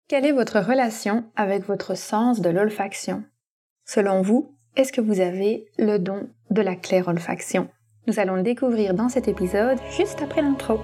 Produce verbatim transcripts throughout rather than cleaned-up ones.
Quelle est votre relation avec votre sens de l'olfaction? Selon vous, est-ce que vous avez le don de la clairolfaction? Nous allons le découvrir dans cet épisode juste après l'intro.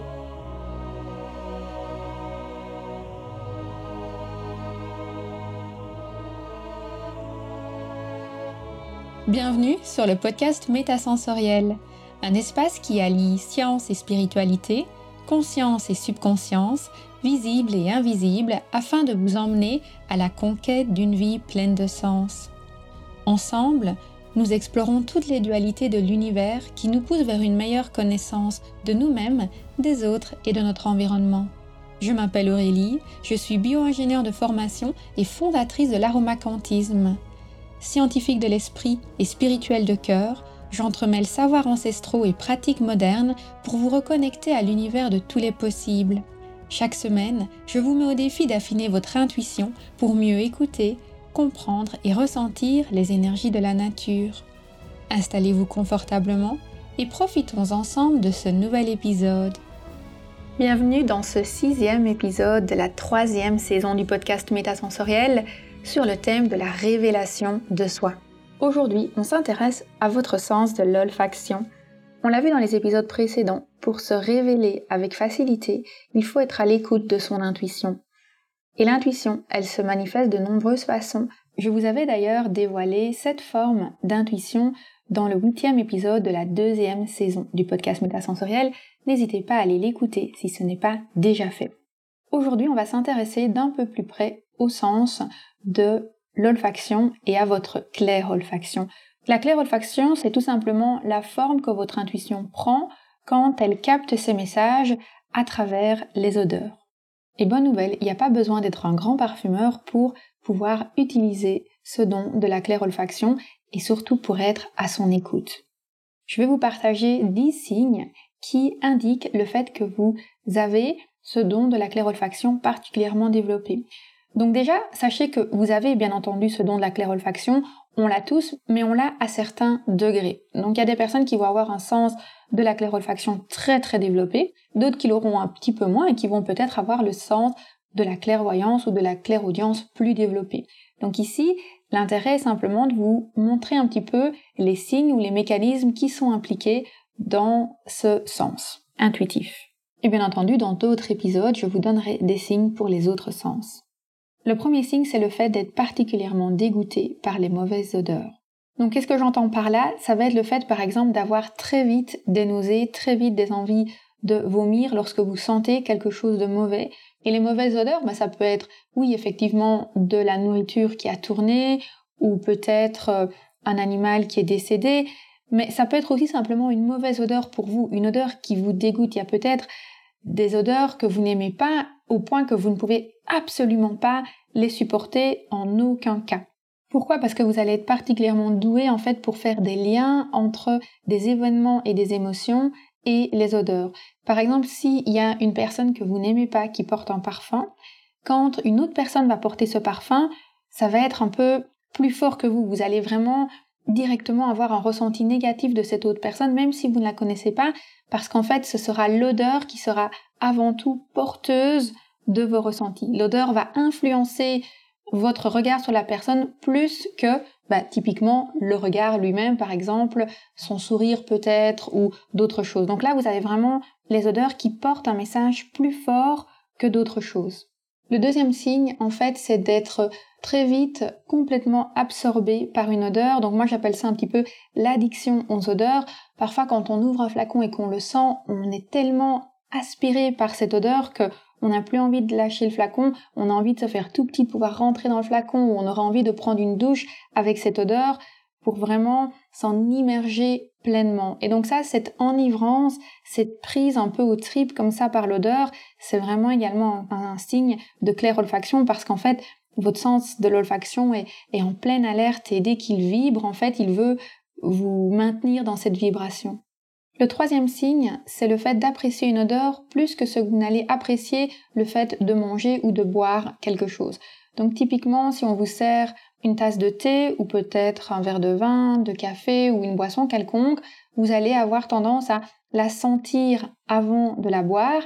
Bienvenue sur le podcast Métasensoriel, un espace qui allie science et spiritualité, conscience et subconscience, visible et invisible, afin de vous emmener à la conquête d'une vie pleine de sens. Ensemble, nous explorons toutes les dualités de l'univers qui nous poussent vers une meilleure connaissance de nous-mêmes, des autres et de notre environnement. Je m'appelle Aurélie, je suis bio-ingénieure de formation et fondatrice de l'aromacantisme. Scientifique de l'esprit et spirituelle de cœur, j'entremêle savoirs ancestraux et pratiques modernes pour vous reconnecter à l'univers de tous les possibles. Chaque semaine, je vous mets au défi d'affiner votre intuition pour mieux écouter, comprendre et ressentir les énergies de la nature. Installez-vous confortablement et profitons ensemble de ce nouvel épisode. Bienvenue dans ce sixième épisode de la troisième saison du podcast Métasensoriel sur le thème de la révélation de soi. Aujourd'hui, on s'intéresse à votre sens de l'olfaction. On l'a vu dans les épisodes précédents, pour se révéler avec facilité, il faut être à l'écoute de son intuition. Et l'intuition, elle se manifeste de nombreuses façons. Je vous avais d'ailleurs dévoilé cette forme d'intuition dans le huitième épisode de la deuxième saison du podcast Métasensoriel. N'hésitez pas à aller l'écouter si ce n'est pas déjà fait. Aujourd'hui, on va s'intéresser d'un peu plus près au sens de l'olfaction et à votre clairolfaction. La clairolfaction, c'est tout simplement la forme que votre intuition prend quand elle capte ses messages à travers les odeurs. Et bonne nouvelle, il n'y a pas besoin d'être un grand parfumeur pour pouvoir utiliser ce don de la clairolfaction et surtout pour être à son écoute. Je vais vous partager dix signes qui indiquent le fait que vous avez ce don de la clairolfaction particulièrement développé. Donc déjà, sachez que vous avez bien entendu ce don de la clairolfaction, on l'a tous, mais on l'a à certains degrés. Donc il y a des personnes qui vont avoir un sens de la clairolfaction très très développé, d'autres qui l'auront un petit peu moins et qui vont peut-être avoir le sens de la clairvoyance ou de la clairaudience plus développé. Donc ici, l'intérêt est simplement de vous montrer un petit peu les signes ou les mécanismes qui sont impliqués dans ce sens intuitif. Et bien entendu, dans d'autres épisodes, je vous donnerai des signes pour les autres sens. Le premier signe, c'est le fait d'être particulièrement dégoûté par les mauvaises odeurs. Donc, qu'est-ce que j'entends par là? Ça va être le fait, par exemple, d'avoir très vite des nausées, très vite des envies de vomir lorsque vous sentez quelque chose de mauvais. Et les mauvaises odeurs, bah, ça peut être, oui, effectivement, de la nourriture qui a tourné, ou peut-être euh, un animal qui est décédé, mais ça peut être aussi simplement une mauvaise odeur pour vous, une odeur qui vous dégoûte. Il y a peut-être des odeurs que vous n'aimez pas au point que vous ne pouvez absolument pas les supporter en aucun cas. Pourquoi? Parce que vous allez être particulièrement doué en fait pour faire des liens entre des événements et des émotions et les odeurs. Par exemple, s'il y a une personne que vous n'aimez pas qui porte un parfum, quand une autre personne va porter ce parfum, ça va être un peu plus fort que vous. Vous allez vraiment directement avoir un ressenti négatif de cette autre personne, même si vous ne la connaissez pas, parce qu'en fait, ce sera l'odeur qui sera avant tout porteuse de vos ressentis. L'odeur va influencer votre regard sur la personne plus que, bah, typiquement, le regard lui-même, par exemple, son sourire peut-être, ou d'autres choses. Donc là, vous avez vraiment les odeurs qui portent un message plus fort que d'autres choses. Le deuxième signe, en fait, c'est d'être très vite complètement absorbé par une odeur. Donc moi, j'appelle ça un petit peu l'addiction aux odeurs. Parfois, quand on ouvre un flacon et qu'on le sent, on est tellement aspiré par cette odeur que on n'a plus envie de lâcher le flacon, on a envie de se faire tout petit, de pouvoir rentrer dans le flacon, ou on aura envie de prendre une douche avec cette odeur pour vraiment s'en immerger pleinement. Et donc ça, cette enivrance, cette prise un peu aux tripes comme ça par l'odeur, c'est vraiment également un, un signe de clairolfaction parce qu'en fait, votre sens de l'olfaction est, est en pleine alerte et dès qu'il vibre, en fait, il veut vous maintenir dans cette vibration. Le troisième signe, c'est le fait d'apprécier une odeur plus que ce que vous n'allez apprécier le fait de manger ou de boire quelque chose. Donc typiquement, si on vous sert une tasse de thé ou peut-être un verre de vin, de café ou une boisson quelconque, vous allez avoir tendance à la sentir avant de la boire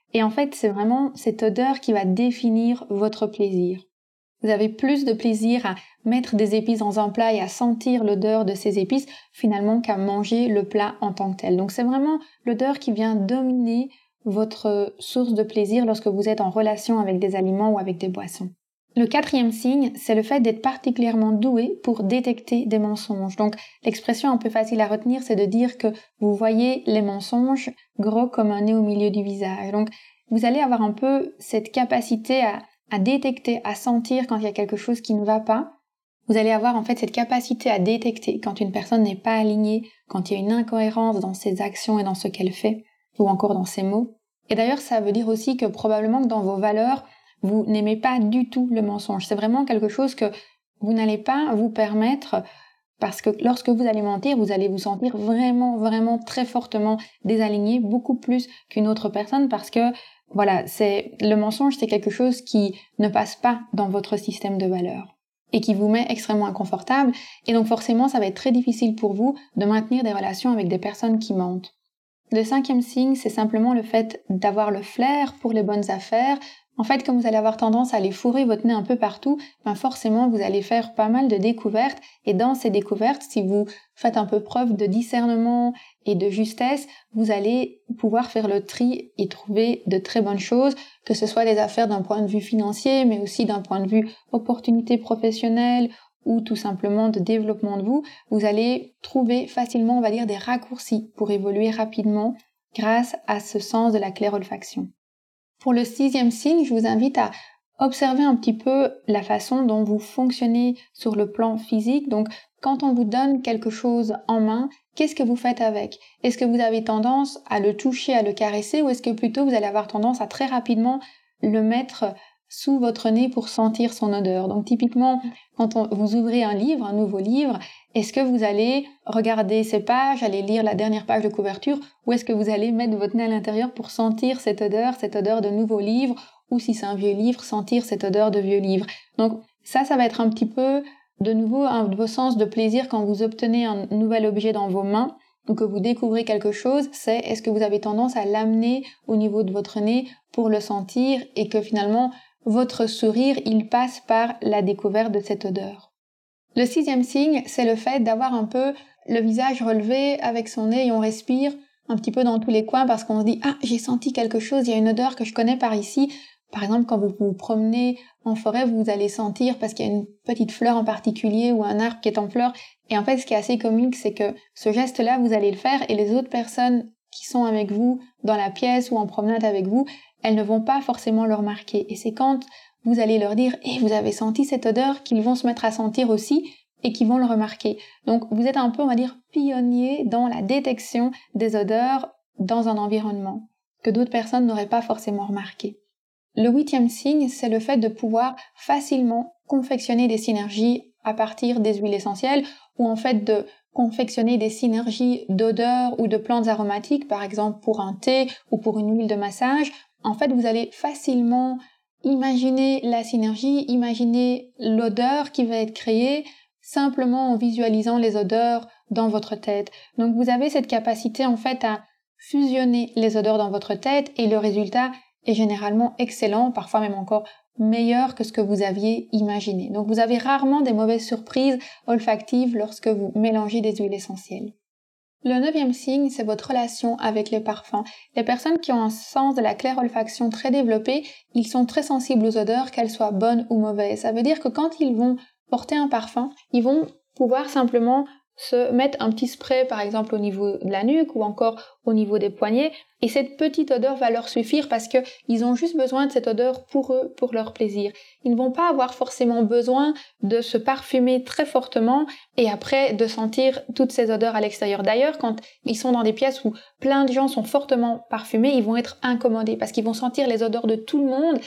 Et en fait, c'est vraiment cette odeur qui va définir votre plaisir. Vous avez plus de plaisir à mettre des épices dans un plat et à sentir l'odeur de ces épices finalement qu'à manger le plat en tant que tel. Donc c'est vraiment l'odeur qui vient dominer votre source de plaisir lorsque vous êtes en relation avec des aliments ou avec des boissons. Le quatrième signe, c'est le fait d'être particulièrement doué pour détecter des mensonges. Donc l'expression un peu facile à retenir, c'est de dire que vous voyez les mensonges gros comme un nez au milieu du visage. Donc vous allez avoir un peu cette capacité à à détecter, à sentir quand il y a quelque chose qui ne va pas. Vous allez avoir en fait cette capacité à détecter quand une personne n'est pas alignée, quand il y a une incohérence dans ses actions et dans ce qu'elle fait, ou encore dans ses mots. Et d'ailleurs, ça veut dire aussi que probablement que dans vos valeurs, vous n'aimez pas du tout le mensonge. C'est vraiment quelque chose que vous n'allez pas vous permettre, parce que lorsque vous allez mentir, vous allez vous sentir vraiment, vraiment très fortement désaligné, beaucoup plus qu'une autre personne, parce que voilà, c'est le mensonge, c'est quelque chose qui ne passe pas dans votre système de valeurs et qui vous met extrêmement inconfortable. Et donc forcément, ça va être très difficile pour vous de maintenir des relations avec des personnes qui mentent. Le cinquième signe, c'est simplement le fait d'avoir le flair pour les bonnes affaires. En fait, comme vous allez avoir tendance à aller fourrer votre nez un peu partout, ben forcément, vous allez faire pas mal de découvertes. Et dans ces découvertes, si vous faites un peu preuve de discernement et de justesse, vous allez pouvoir faire le tri et trouver de très bonnes choses, que ce soit des affaires d'un point de vue financier, mais aussi d'un point de vue opportunité professionnelle ou tout simplement de développement de vous. Vous allez trouver facilement, on va dire, des raccourcis pour évoluer rapidement grâce à ce sens de la clairolfaction. Pour le sixième signe, je vous invite à observer un petit peu la façon dont vous fonctionnez sur le plan physique. Donc, quand on vous donne quelque chose en main, qu'est-ce que vous faites avec? Est-ce que vous avez tendance à le toucher, à le caresser, ou est-ce que plutôt vous allez avoir tendance à très rapidement le mettre sous votre nez pour sentir son odeur? Donc, typiquement, quand on, vous ouvrez un livre, un nouveau livre, est-ce que vous allez regarder ces pages, aller lire la dernière page de couverture, ou est-ce que vous allez mettre votre nez à l'intérieur pour sentir cette odeur, cette odeur de nouveau livre, ou si c'est un vieux livre, sentir cette odeur de vieux livre? Donc ça, ça va être un petit peu, de nouveau, un de vos sens de plaisir quand vous obtenez un nouvel objet dans vos mains, ou que vous découvrez quelque chose, c'est est-ce que vous avez tendance à l'amener au niveau de votre nez pour le sentir, et que finalement, votre sourire, il passe par la découverte de cette odeur. Le sixième signe, c'est le fait d'avoir un peu le visage relevé avec son nez et on respire un petit peu dans tous les coins parce qu'on se dit « Ah, j'ai senti quelque chose, il y a une odeur que je connais par ici ». Par exemple, quand vous vous promenez en forêt, vous allez sentir parce qu'il y a une petite fleur en particulier ou un arbre qui est en fleur. Et en fait, ce qui est assez comique, c'est que ce geste-là, vous allez le faire et les autres personnes qui sont avec vous dans la pièce ou en promenade avec vous, elles ne vont pas forcément le remarquer. Et c'est quand vous allez leur dire « Eh, vous avez senti cette odeur » qu'ils vont se mettre à sentir aussi et qu'ils vont le remarquer. Donc, vous êtes un peu, on va dire, pionnier dans la détection des odeurs dans un environnement que d'autres personnes n'auraient pas forcément remarqué. Le huitième signe, c'est le fait de pouvoir facilement confectionner des synergies à partir des huiles essentielles ou en fait de confectionner des synergies d'odeurs ou de plantes aromatiques, par exemple pour un thé ou pour une huile de massage. En fait, vous allez facilement imaginer la synergie, imaginer l'odeur qui va être créée simplement en visualisant les odeurs dans votre tête. Donc vous avez cette capacité en fait à fusionner les odeurs dans votre tête et le résultat est généralement excellent, parfois même encore meilleur que ce que vous aviez imaginé. Donc vous avez rarement des mauvaises surprises olfactives lorsque vous mélangez des huiles essentielles. Le neuvième signe, c'est votre relation avec les parfums. Les personnes qui ont un sens de la clairolfaction très développé, ils sont très sensibles aux odeurs, qu'elles soient bonnes ou mauvaises. Ça veut dire que quand ils vont porter un parfum, ils vont pouvoir simplement se mettre un petit spray par exemple au niveau de la nuque ou encore au niveau des poignets et cette petite odeur va leur suffire parce que ils ont juste besoin de cette odeur pour eux, pour leur plaisir. Ils ne vont pas avoir forcément besoin de se parfumer très fortement et après de sentir toutes ces odeurs à l'extérieur. D'ailleurs, quand ils sont dans des pièces où plein de gens sont fortement parfumés, ils vont être incommodés parce qu'ils vont sentir les odeurs de tout le monde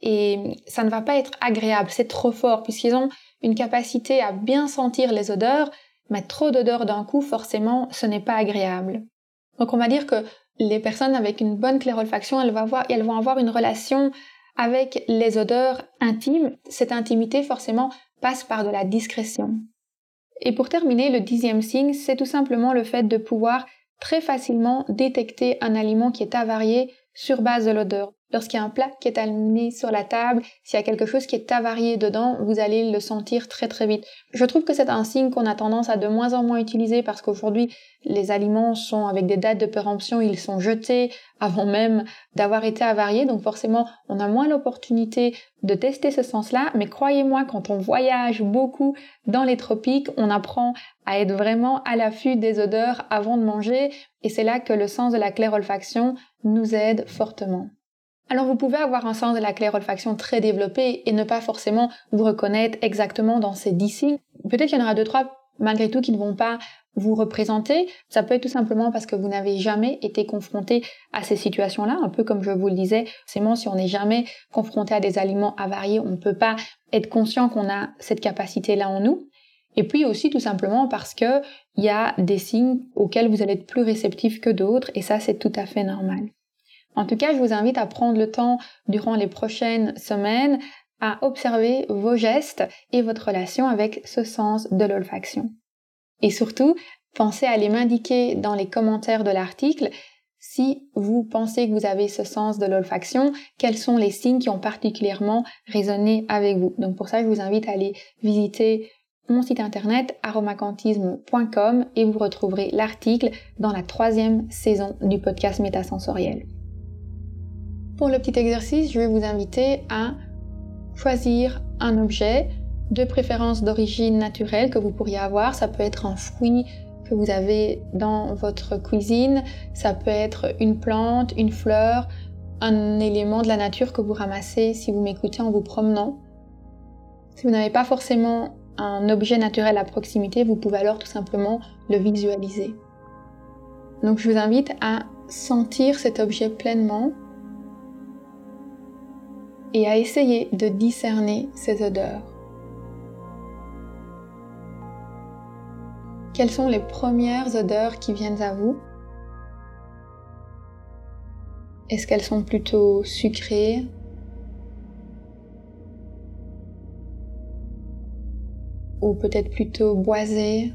et ça ne va pas être agréable, c'est trop fort puisqu'ils ont une capacité à bien sentir les odeurs. Mettre trop d'odeurs d'un coup, forcément, ce n'est pas agréable. Donc on va dire que les personnes avec une bonne clairolfaction, elles vont avoir, elles vont avoir une relation avec les odeurs intimes. Cette intimité, forcément, passe par de la discrétion. Et pour terminer, le dixième signe, c'est tout simplement le fait de pouvoir très facilement détecter un aliment qui est avarié sur base de l'odeur. Lorsqu'il y a un plat qui est amené sur la table, s'il y a quelque chose qui est avarié dedans, vous allez le sentir très très vite. Je trouve que c'est un signe qu'on a tendance à de moins en moins utiliser parce qu'aujourd'hui, les aliments sont avec des dates de péremption, ils sont jetés avant même d'avoir été avariés, donc forcément, on a moins l'opportunité de tester ce sens-là, mais croyez-moi, quand on voyage beaucoup dans les tropiques, on apprend à être vraiment à l'affût des odeurs avant de manger, et c'est là que le sens de la clairolfaction nous aide fortement. Alors vous pouvez avoir un sens de la clairolfaction très développé et ne pas forcément vous reconnaître exactement dans ces dix signes. Peut-être qu'il y en aura deux, trois malgré tout qui ne vont pas vous représenter. Ça peut être tout simplement parce que vous n'avez jamais été confronté à ces situations-là, un peu comme je vous le disais. Forcément, si on n'est jamais confronté à des aliments avariés, on ne peut pas être conscient qu'on a cette capacité-là en nous. Et puis aussi tout simplement parce que il y a des signes auxquels vous allez être plus réceptif que d'autres et ça c'est tout à fait normal. En tout cas, je vous invite à prendre le temps durant les prochaines semaines à observer vos gestes et votre relation avec ce sens de l'olfaction. Et surtout, pensez à aller m'indiquer dans les commentaires de l'article si vous pensez que vous avez ce sens de l'olfaction, quels sont les signes qui ont particulièrement résonné avec vous. Donc pour ça, je vous invite à aller visiter mon site internet aromacantisme point com et vous retrouverez l'article dans la troisième saison du podcast Métasensoriel. Pour le petit exercice, je vais vous inviter à choisir un objet, de préférence d'origine naturelle que vous pourriez avoir. Ça peut être un fruit que vous avez dans votre cuisine, ça peut être une plante, une fleur, un élément de la nature que vous ramassez si vous m'écoutez en vous promenant. Si vous n'avez pas forcément un objet naturel à proximité, vous pouvez alors tout simplement le visualiser. Donc je vous invite à sentir cet objet pleinement et à essayer de discerner ces odeurs. Quelles sont les premières odeurs qui viennent à vous? Est-ce qu'elles sont plutôt sucrées? Ou peut-être plutôt boisées?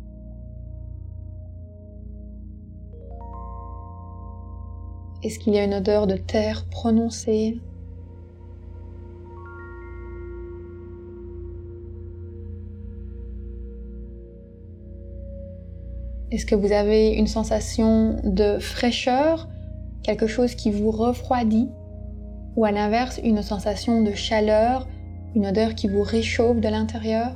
Est-ce qu'il y a une odeur de terre prononcée? Est-ce que vous avez une sensation de fraîcheur, quelque chose qui vous refroidit, ou à l'inverse une sensation de chaleur, une odeur qui vous réchauffe de l'intérieur?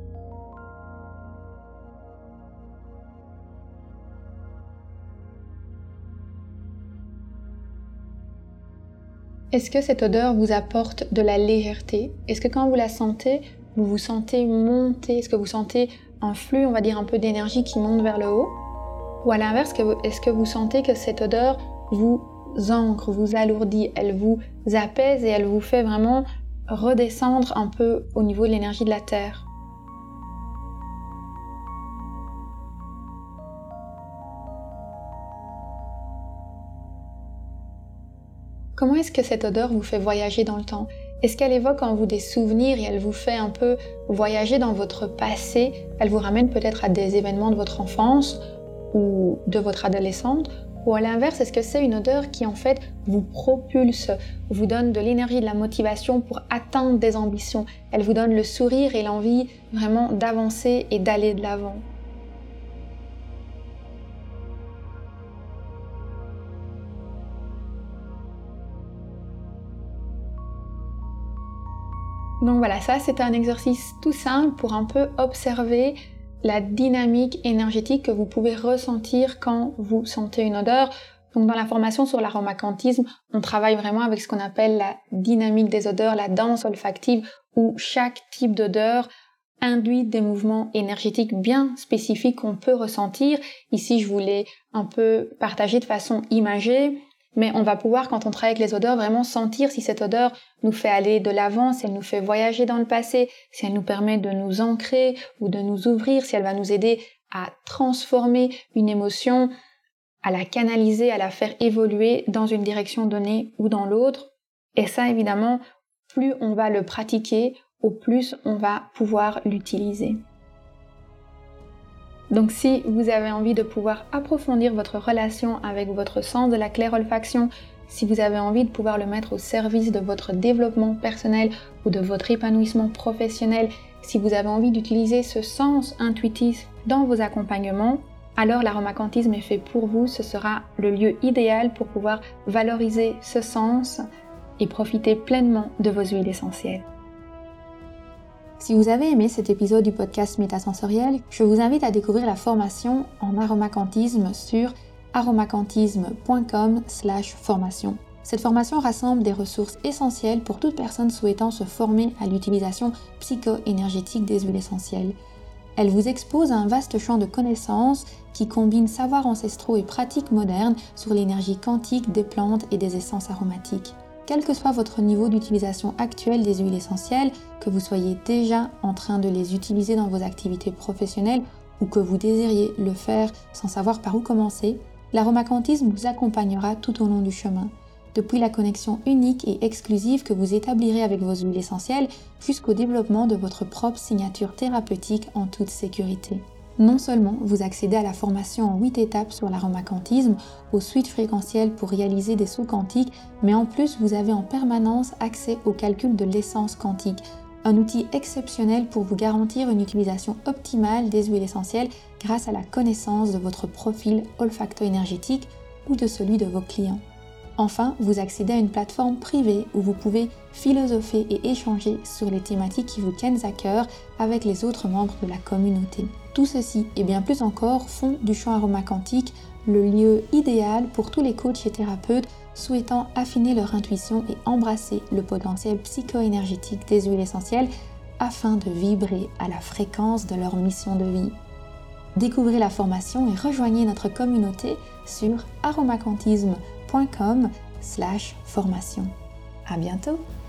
Est-ce que cette odeur vous apporte de la légèreté? Est-ce que quand vous la sentez, vous vous sentez monter? Est-ce que vous sentez un flux, on va dire un peu d'énergie qui monte vers le haut? Ou à l'inverse, est-ce que vous sentez que cette odeur vous ancre, vous alourdit, elle vous apaise et elle vous fait vraiment redescendre un peu au niveau de l'énergie de la terre? Comment est-ce que cette odeur vous fait voyager dans le temps? Est-ce qu'elle évoque en vous des souvenirs et elle vous fait un peu voyager dans votre passé? Elle vous ramène peut-être à des événements de votre enfance ou de votre adolescente? Ou à l'inverse, est-ce que c'est une odeur qui en fait vous propulse, vous donne de l'énergie, de la motivation pour atteindre des ambitions? Elle vous donne le sourire et l'envie vraiment d'avancer et d'aller de l'avant. Donc voilà, ça c'est un exercice tout simple pour un peu observer la dynamique énergétique que vous pouvez ressentir quand vous sentez une odeur. Donc dans la formation sur l'aromacantisme, on travaille vraiment avec ce qu'on appelle la dynamique des odeurs, la danse olfactive, où chaque type d'odeur induit des mouvements énergétiques bien spécifiques qu'on peut ressentir. Ici, je voulais un peu partager de façon imagée. Mais on va pouvoir, quand on travaille avec les odeurs, vraiment sentir si cette odeur nous fait aller de l'avant, si elle nous fait voyager dans le passé, si elle nous permet de nous ancrer ou de nous ouvrir, si elle va nous aider à transformer une émotion, à la canaliser, à la faire évoluer dans une direction donnée ou dans l'autre. Et ça, évidemment, plus on va le pratiquer, au plus on va pouvoir l'utiliser. Donc si vous avez envie de pouvoir approfondir votre relation avec votre sens de la clairolfaction, Si vous avez envie de pouvoir le mettre au service de votre développement personnel ou de votre épanouissement professionnel, si vous avez envie d'utiliser ce sens intuitif dans vos accompagnements, alors l'aromacantisme est fait pour vous. Ce sera le lieu idéal pour pouvoir valoriser ce sens et profiter pleinement de vos huiles essentielles. Si vous avez aimé cet épisode du podcast Métasensoriel, je vous invite à découvrir la formation en aromacantisme sur aromacantisme point com slash formation. Cette formation rassemble des ressources essentielles pour toute personne souhaitant se former à l'utilisation psycho-énergétique des huiles essentielles. Elle vous expose à un vaste champ de connaissances qui combine savoirs ancestraux et pratiques modernes sur l'énergie quantique des plantes et des essences aromatiques. Quel que soit votre niveau d'utilisation actuel des huiles essentielles, que vous soyez déjà en train de les utiliser dans vos activités professionnelles ou que vous désiriez le faire sans savoir par où commencer, l'aromacantisme vous accompagnera tout au long du chemin. Depuis la connexion unique et exclusive que vous établirez avec vos huiles essentielles jusqu'au développement de votre propre signature thérapeutique en toute sécurité. Non seulement vous accédez à la formation en huit étapes sur l'aromacantisme, aux suites fréquentielles pour réaliser des sauts quantiques, mais en plus vous avez en permanence accès au calcul de l'essence quantique, un outil exceptionnel pour vous garantir une utilisation optimale des huiles essentielles grâce à la connaissance de votre profil olfacto-énergétique ou de celui de vos clients. Enfin, vous accédez à une plateforme privée où vous pouvez philosopher et échanger sur les thématiques qui vous tiennent à cœur avec les autres membres de la communauté. Tout ceci et bien plus encore font du champ aromacantique le lieu idéal pour tous les coachs et thérapeutes souhaitant affiner leur intuition et embrasser le potentiel psycho-énergétique des huiles essentielles afin de vibrer à la fréquence de leur mission de vie. Découvrez la formation et rejoignez notre communauté sur aromacantisme point com slash formation. À bientôt!